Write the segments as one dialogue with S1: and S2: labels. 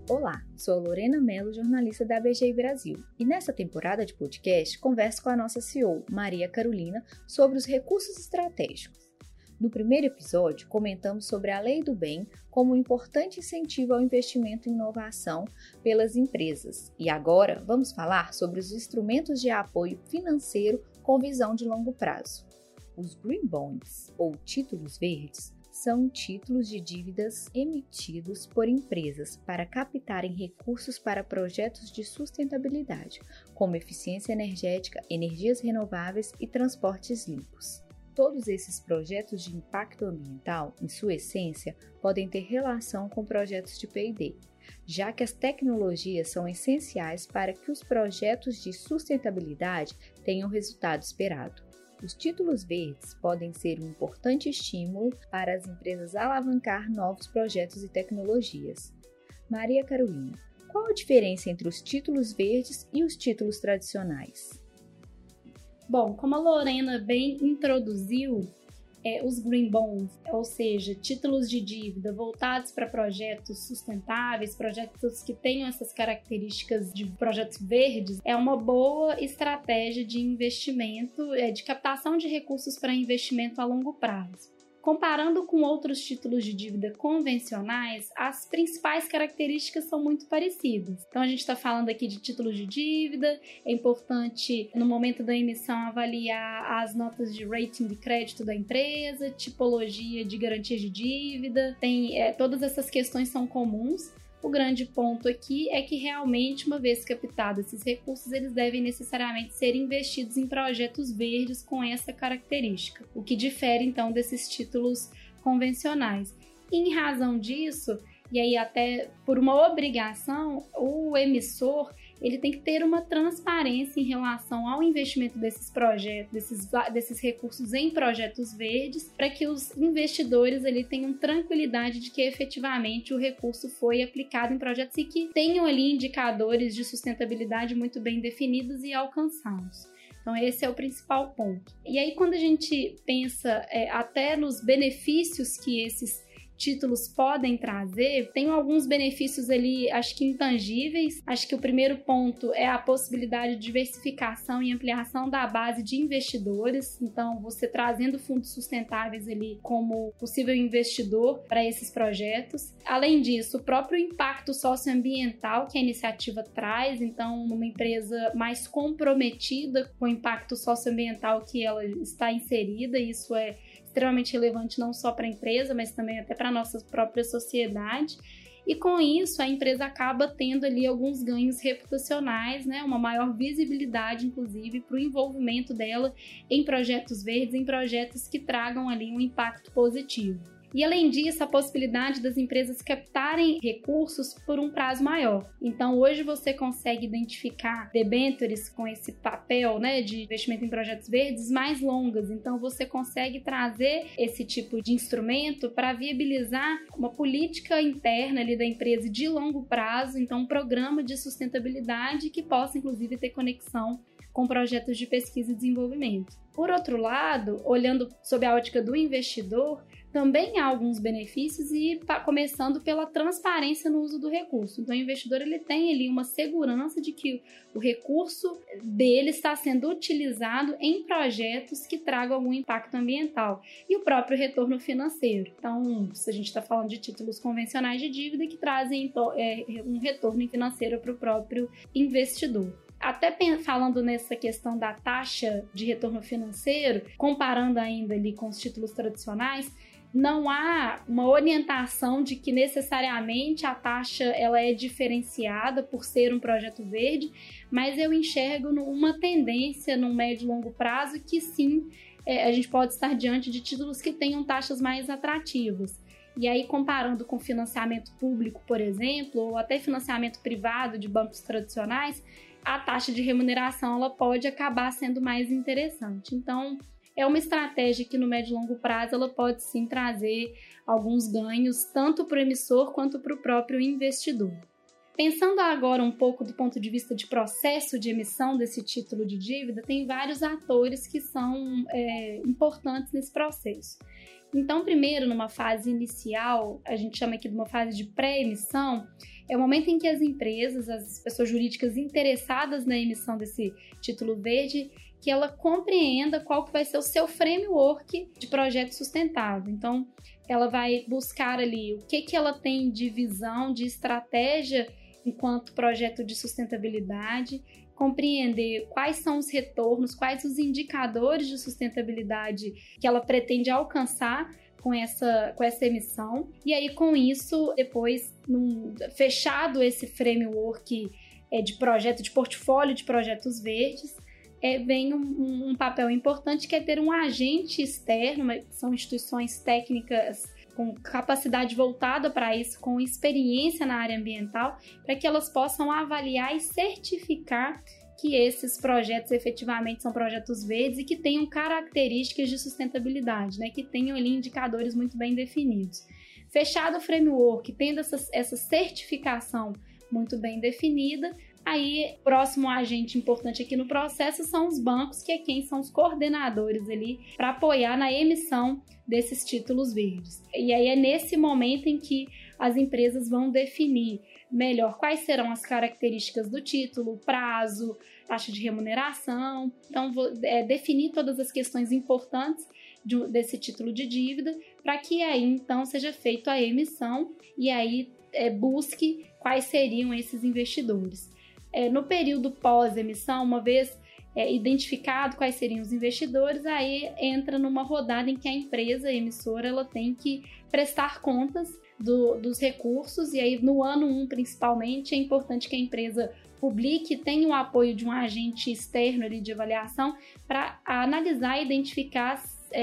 S1: Olá, sou a Lorena Mello, jornalista da ABGI Brasil, e nessa temporada de podcast converso com a nossa CEO, Maria Carolina, sobre os recursos estratégicos. No primeiro episódio, comentamos sobre a Lei do Bem como um importante incentivo ao investimento em inovação pelas empresas. E agora vamos falar sobre os instrumentos de apoio financeiro com visão de longo prazo. Os Green Bonds, ou títulos verdes, são títulos de dívidas emitidos por empresas para captarem recursos para projetos de sustentabilidade, como eficiência energética, energias renováveis e transportes limpos. Todos esses projetos de impacto ambiental, em sua essência, podem ter relação com projetos de P&D, já que as tecnologias são essenciais para que os projetos de sustentabilidade tenham o resultado esperado. Os títulos verdes podem ser um importante estímulo para as empresas alavancar novos projetos e tecnologias. Maria Carolina, qual a diferença entre os títulos verdes e os títulos tradicionais?
S2: Bom, como a Lorena bem introduziu, os Green Bonds, ou seja, títulos de dívida voltados para projetos sustentáveis, projetos que tenham essas características de projetos verdes, é uma boa estratégia de investimento, de captação de recursos para investimento a longo prazo. Comparando com outros títulos de dívida convencionais, as principais características são muito parecidas. Então, a gente está falando aqui de títulos de dívida, é importante, no momento da emissão, avaliar as notas de rating de crédito da empresa, tipologia de garantia de dívida, todas essas questões são comuns. O grande ponto aqui é que realmente, uma vez captados esses recursos, eles devem necessariamente ser investidos em projetos verdes com essa característica, o que difere então desses títulos convencionais. E em razão disso, e aí até por uma obrigação, o emissor ele tem que ter uma transparência em relação ao investimento desses projetos, desses recursos em projetos verdes, para que os investidores tenham tranquilidade de que efetivamente o recurso foi aplicado em projetos e que tenham ali indicadores de sustentabilidade muito bem definidos e alcançados. Então, esse é o principal ponto. E aí, quando a gente pensa até nos benefícios que esses títulos podem trazer, tem alguns benefícios ali, acho que intangíveis. Acho que o primeiro ponto é a possibilidade de diversificação e ampliação da base de investidores. Então, você trazendo fundos sustentáveis ali como possível investidor para esses projetos. Além disso, o próprio impacto socioambiental que a iniciativa traz. Então, numa empresa mais comprometida com o impacto socioambiental que ela está inserida, isso é extremamente relevante não só para a empresa, mas também até para a nossa própria sociedade. E com isso, a empresa acaba tendo ali alguns ganhos reputacionais, né? Uma maior visibilidade, inclusive, para o envolvimento dela em projetos verdes, em projetos que tragam ali um impacto positivo. E, além disso, a possibilidade das empresas captarem recursos por um prazo maior. Então, hoje você consegue identificar debêntures com esse papel, né, de investimento em projetos verdes mais longas. Então, você consegue trazer esse tipo de instrumento para viabilizar uma política interna ali da empresa de longo prazo. Então, um programa de sustentabilidade que possa, inclusive, ter conexão com projetos de pesquisa e desenvolvimento. Por outro lado, olhando sob a ótica do investidor, também há alguns benefícios e começando pela transparência no uso do recurso. Então, o investidor tem ali uma segurança de que o recurso dele está sendo utilizado em projetos que tragam algum impacto ambiental e o próprio retorno financeiro. Então, se a gente está falando de títulos convencionais de dívida que trazem um retorno financeiro para o próprio investidor. Até falando nessa questão da taxa de retorno financeiro, comparando ainda ali com os títulos tradicionais, não há uma orientação de que necessariamente a taxa ela é diferenciada por ser um projeto verde, mas eu enxergo uma tendência no médio e longo prazo que sim, a gente pode estar diante de títulos que tenham taxas mais atrativas. E aí, comparando com financiamento público, por exemplo, ou até financiamento privado de bancos tradicionais, a taxa de remuneração ela pode acabar sendo mais interessante. Então, é uma estratégia que no médio e longo prazo ela pode sim trazer alguns ganhos, tanto para o emissor quanto para o próprio investidor. Pensando agora um pouco do ponto de vista de processo de emissão desse título de dívida, tem vários atores que são importantes nesse processo. Então, primeiro, numa fase inicial, a gente chama aqui de uma fase de pré-emissão, é o momento em que as empresas, as pessoas jurídicas interessadas na emissão desse título verde, que ela compreenda qual que vai ser o seu framework de projeto sustentável. Então, ela vai buscar ali o que ela tem de visão, de estratégia enquanto projeto de sustentabilidade, compreender quais são os retornos, quais os indicadores de sustentabilidade que ela pretende alcançar com essa emissão. E aí, com isso, depois, fechado esse framework de projeto, de portfólio de projetos verdes, vem um papel importante, que é ter um agente externo, são instituições técnicas com capacidade voltada para isso, com experiência na área ambiental, para que elas possam avaliar e certificar que esses projetos efetivamente são projetos verdes e que tenham características de sustentabilidade, né? Que tenham ali indicadores muito bem definidos. Fechado o framework, tendo essa certificação muito bem definida, aí, o próximo agente importante aqui no processo são os bancos, que é quem são os coordenadores ali para apoiar na emissão desses títulos verdes. E aí é nesse momento em que as empresas vão definir melhor quais serão as características do título, prazo, taxa de remuneração. Então, definir todas as questões importantes desse título de dívida, para que aí, então, seja feita a emissão e aí busque quais seriam esses investidores. No período pós-emissão, uma vez identificado quais seriam os investidores, aí entra numa rodada em que a empresa emissora ela tem que prestar contas dos recursos, e aí no ano 1, principalmente, é importante que a empresa publique, tenha o apoio de um agente externo ali de avaliação para analisar e identificar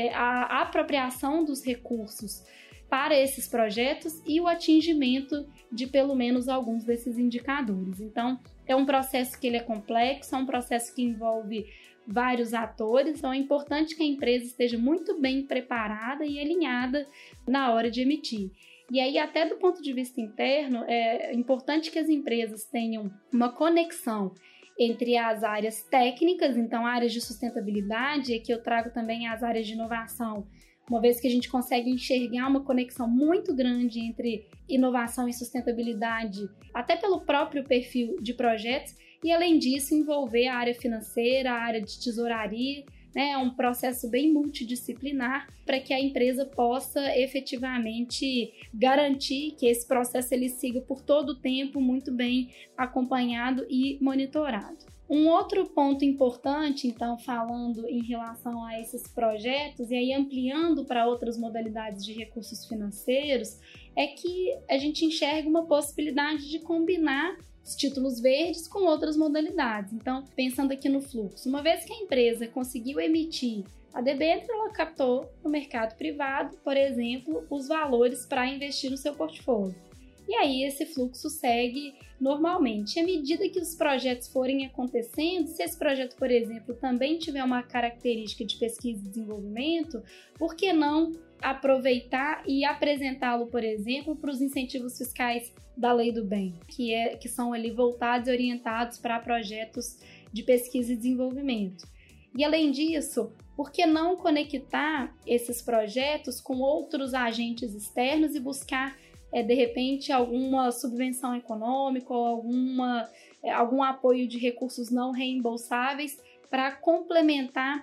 S2: a apropriação dos recursos para esses projetos e o atingimento de pelo menos alguns desses indicadores. Então, é um processo que ele é complexo, é um processo que envolve vários atores, então é importante que a empresa esteja muito bem preparada e alinhada na hora de emitir. E aí, até do ponto de vista interno, é importante que as empresas tenham uma conexão entre as áreas técnicas, então áreas de sustentabilidade, aqui eu trago também as áreas de inovação, uma vez que a gente consegue enxergar uma conexão muito grande entre inovação e sustentabilidade, até pelo próprio perfil de projetos, e além disso envolver a área financeira, a área de tesouraria, né? É um processo bem multidisciplinar para que a empresa possa efetivamente garantir que esse processo ele siga por todo o tempo muito bem acompanhado e monitorado. Um outro ponto importante, então, falando em relação a esses projetos e aí ampliando para outras modalidades de recursos financeiros, é que a gente enxerga uma possibilidade de combinar os títulos verdes com outras modalidades. Então, pensando aqui no fluxo, uma vez que a empresa conseguiu emitir a debênture, ela captou no mercado privado, por exemplo, os valores para investir no seu portfólio. E aí esse fluxo segue normalmente. À medida que os projetos forem acontecendo, se esse projeto, por exemplo, também tiver uma característica de pesquisa e desenvolvimento, por que não aproveitar e apresentá-lo, por exemplo, para os incentivos fiscais da Lei do Bem, que são ali voltados e orientados para projetos de pesquisa e desenvolvimento. E além disso, por que não conectar esses projetos com outros agentes externos e buscar de repente, alguma subvenção econômica ou algum apoio de recursos não reembolsáveis para complementar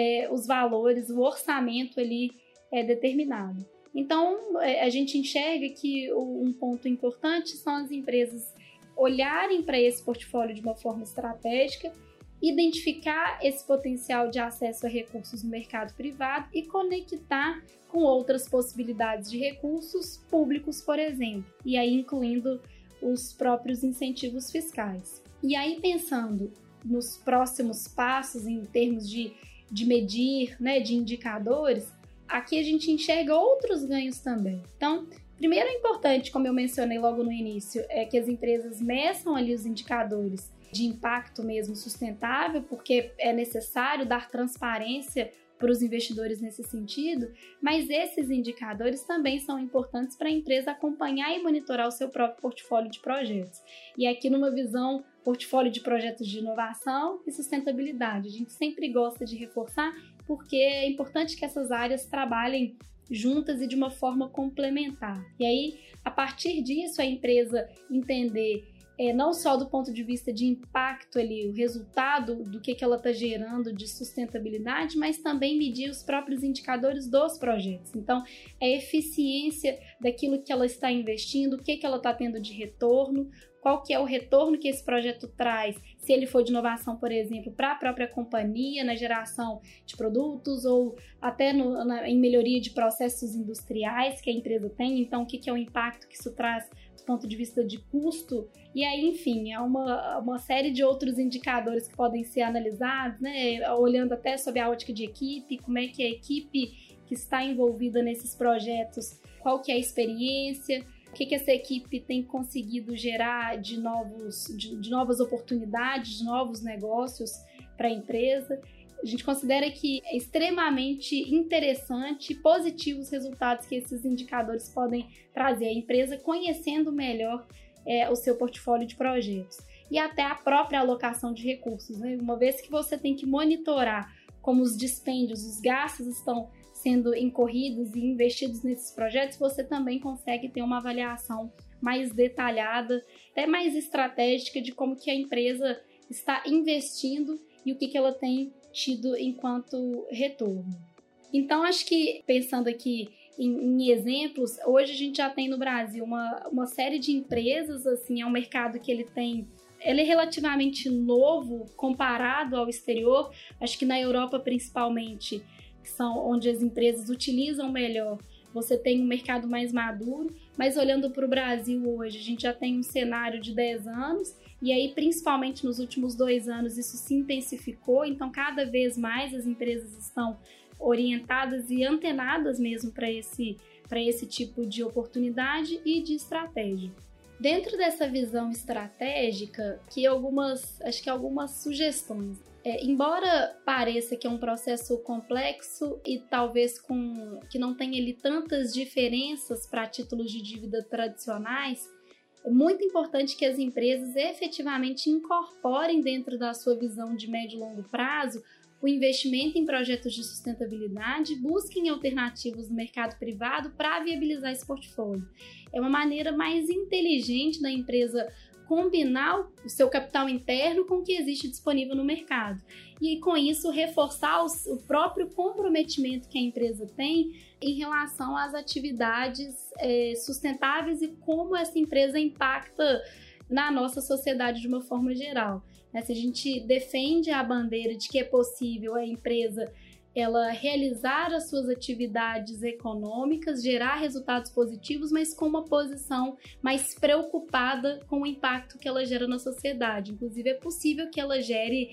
S2: os valores, o orçamento ali determinado. Então, a gente enxerga que um ponto importante são as empresas olharem para esse portfólio de uma forma estratégica, identificar esse potencial de acesso a recursos no mercado privado e conectar com outras possibilidades de recursos públicos, por exemplo, e aí incluindo os próprios incentivos fiscais. E aí pensando nos próximos passos em termos de medir, né, de indicadores, aqui a gente enxerga outros ganhos também. Então, primeiro é importante, como eu mencionei logo no início, é que as empresas meçam ali os indicadores de impacto mesmo sustentável, porque é necessário dar transparência para os investidores nesse sentido, mas esses indicadores também são importantes para a empresa acompanhar e monitorar o seu próprio portfólio de projetos. E aqui numa visão portfólio de projetos de inovação e sustentabilidade, a gente sempre gosta de reforçar porque é importante que essas áreas trabalhem juntas e de uma forma complementar. E aí, a partir disso, a empresa entender não só do ponto de vista de impacto ali, o resultado do que ela está gerando de sustentabilidade, mas também medir os próprios indicadores dos projetos. Então, a eficiência daquilo que ela está investindo, o que ela está tendo de retorno, qual que é o retorno que esse projeto traz, se ele for de inovação, por exemplo, para a própria companhia, na geração de produtos ou até em melhoria de processos industriais que a empresa tem. Então, o que é o impacto que isso traz do ponto de vista de custo? E aí, enfim, é uma série de outros indicadores que podem ser analisados, né? Olhando até sob a ótica de equipe, como é que a equipe que está envolvida nesses projetos, qual que é a experiência, o que essa equipe tem conseguido gerar de novas oportunidades, de novos negócios para a empresa. A gente considera que é extremamente interessante e positivo os resultados que esses indicadores podem trazer. A empresa conhecendo melhor o seu portfólio de projetos e até a própria alocação de recursos, né? Uma vez que você tem que monitorar como os dispêndios, os gastos estão sendo incorridos e investidos nesses projetos, você também consegue ter uma avaliação mais detalhada, até mais estratégica de como que a empresa está investindo e o que ela tem tido enquanto retorno. Então, acho que, pensando aqui em exemplos, hoje a gente já tem no Brasil uma série de empresas, assim, é um mercado que ele é relativamente novo comparado ao exterior. Acho que na Europa, principalmente, são onde as empresas utilizam melhor, você tem um mercado mais maduro, mas olhando para o Brasil hoje, a gente já tem um cenário de 10 anos, e aí principalmente nos últimos 2 anos isso se intensificou, então cada vez mais as empresas estão orientadas e antenadas mesmo para esse tipo de oportunidade e de estratégia. Dentro dessa visão estratégica, acho que algumas sugestões. Embora pareça que é um processo complexo e talvez que não tenha ali tantas diferenças para títulos de dívida tradicionais, é muito importante que as empresas efetivamente incorporem dentro da sua visão de médio e longo prazo o investimento em projetos de sustentabilidade, busquem alternativas no mercado privado para viabilizar esse portfólio. É uma maneira mais inteligente da empresa combinar o seu capital interno com o que existe disponível no mercado. E com isso reforçar o próprio comprometimento que a empresa tem em relação às atividades sustentáveis e como essa empresa impacta na nossa sociedade de uma forma geral. Se a gente defende a bandeira de que é possível a empresa ela realizar as suas atividades econômicas, gerar resultados positivos, mas com uma posição mais preocupada com o impacto que ela gera na sociedade. Inclusive, é possível que ela gere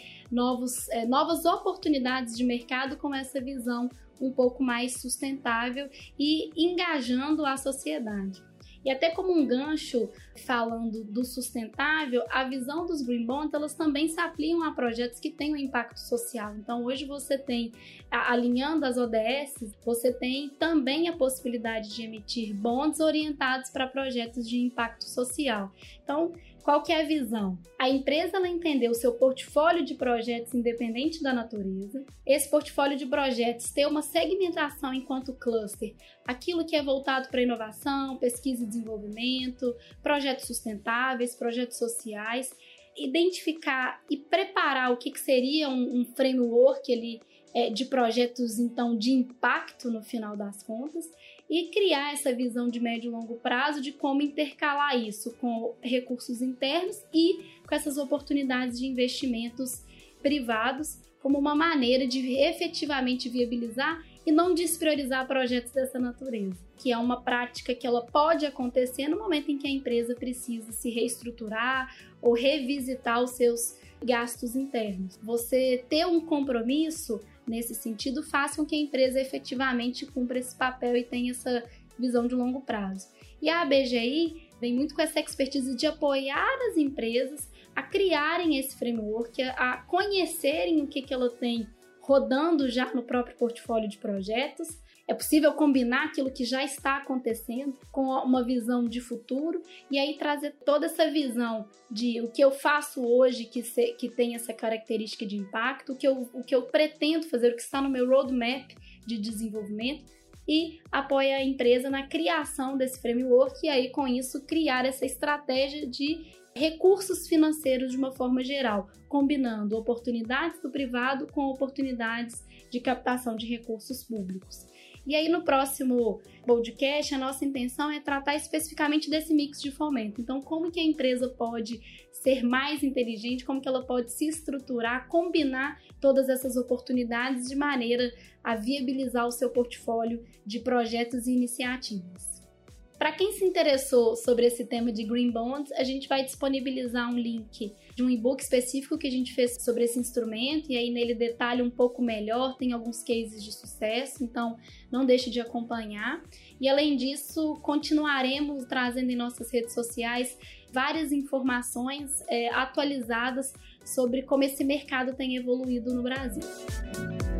S2: novas oportunidades de mercado com essa visão um pouco mais sustentável e engajando a sociedade. E até como um gancho, falando do sustentável, a visão dos Green Bonds, elas também se aplicam a projetos que têm um impacto social. Então, hoje você tem, alinhando as ODS, você tem também a possibilidade de emitir bonds orientados para projetos de impacto social. Então, qual que é a visão? A empresa ela entender o seu portfólio de projetos independente da natureza, esse portfólio de projetos ter uma segmentação enquanto cluster, aquilo que é voltado para inovação, pesquisa e desenvolvimento, projetos sustentáveis, projetos sociais, identificar e preparar o que seria um framework ali, de projetos então de impacto no final das contas, e criar essa visão de médio e longo prazo de como intercalar isso com recursos internos e com essas oportunidades de investimentos privados como uma maneira de efetivamente viabilizar e não despriorizar projetos dessa natureza, que é uma prática que ela pode acontecer no momento em que a empresa precisa se reestruturar ou revisitar os seus gastos internos. Você ter um compromisso nesse sentido faz com que a empresa efetivamente cumpra esse papel e tenha essa visão de longo prazo. E a ABGI vem muito com essa expertise de apoiar as empresas a criarem esse framework, a conhecerem o que ela tem rodando já no próprio portfólio de projetos. É possível combinar aquilo que já está acontecendo com uma visão de futuro e aí trazer toda essa visão de o que eu faço hoje que tem essa característica de impacto, o que eu pretendo fazer, o que está no meu roadmap de desenvolvimento, e apoia a empresa na criação desse framework e aí com isso criar essa estratégia de recursos financeiros de uma forma geral, combinando oportunidades do privado com oportunidades de captação de recursos públicos. E aí, no próximo podcast, a nossa intenção é tratar especificamente desse mix de fomento. Então, como que a empresa pode ser mais inteligente, como que ela pode se estruturar, combinar todas essas oportunidades de maneira a viabilizar o seu portfólio de projetos e iniciativas. Para quem se interessou sobre esse tema de Green Bonds, a gente vai disponibilizar um link de um e-book específico que a gente fez sobre esse instrumento e aí nele detalha um pouco melhor, tem alguns cases de sucesso, então não deixe de acompanhar. E além disso, continuaremos trazendo em nossas redes sociais várias informações atualizadas sobre como esse mercado tem evoluído no Brasil.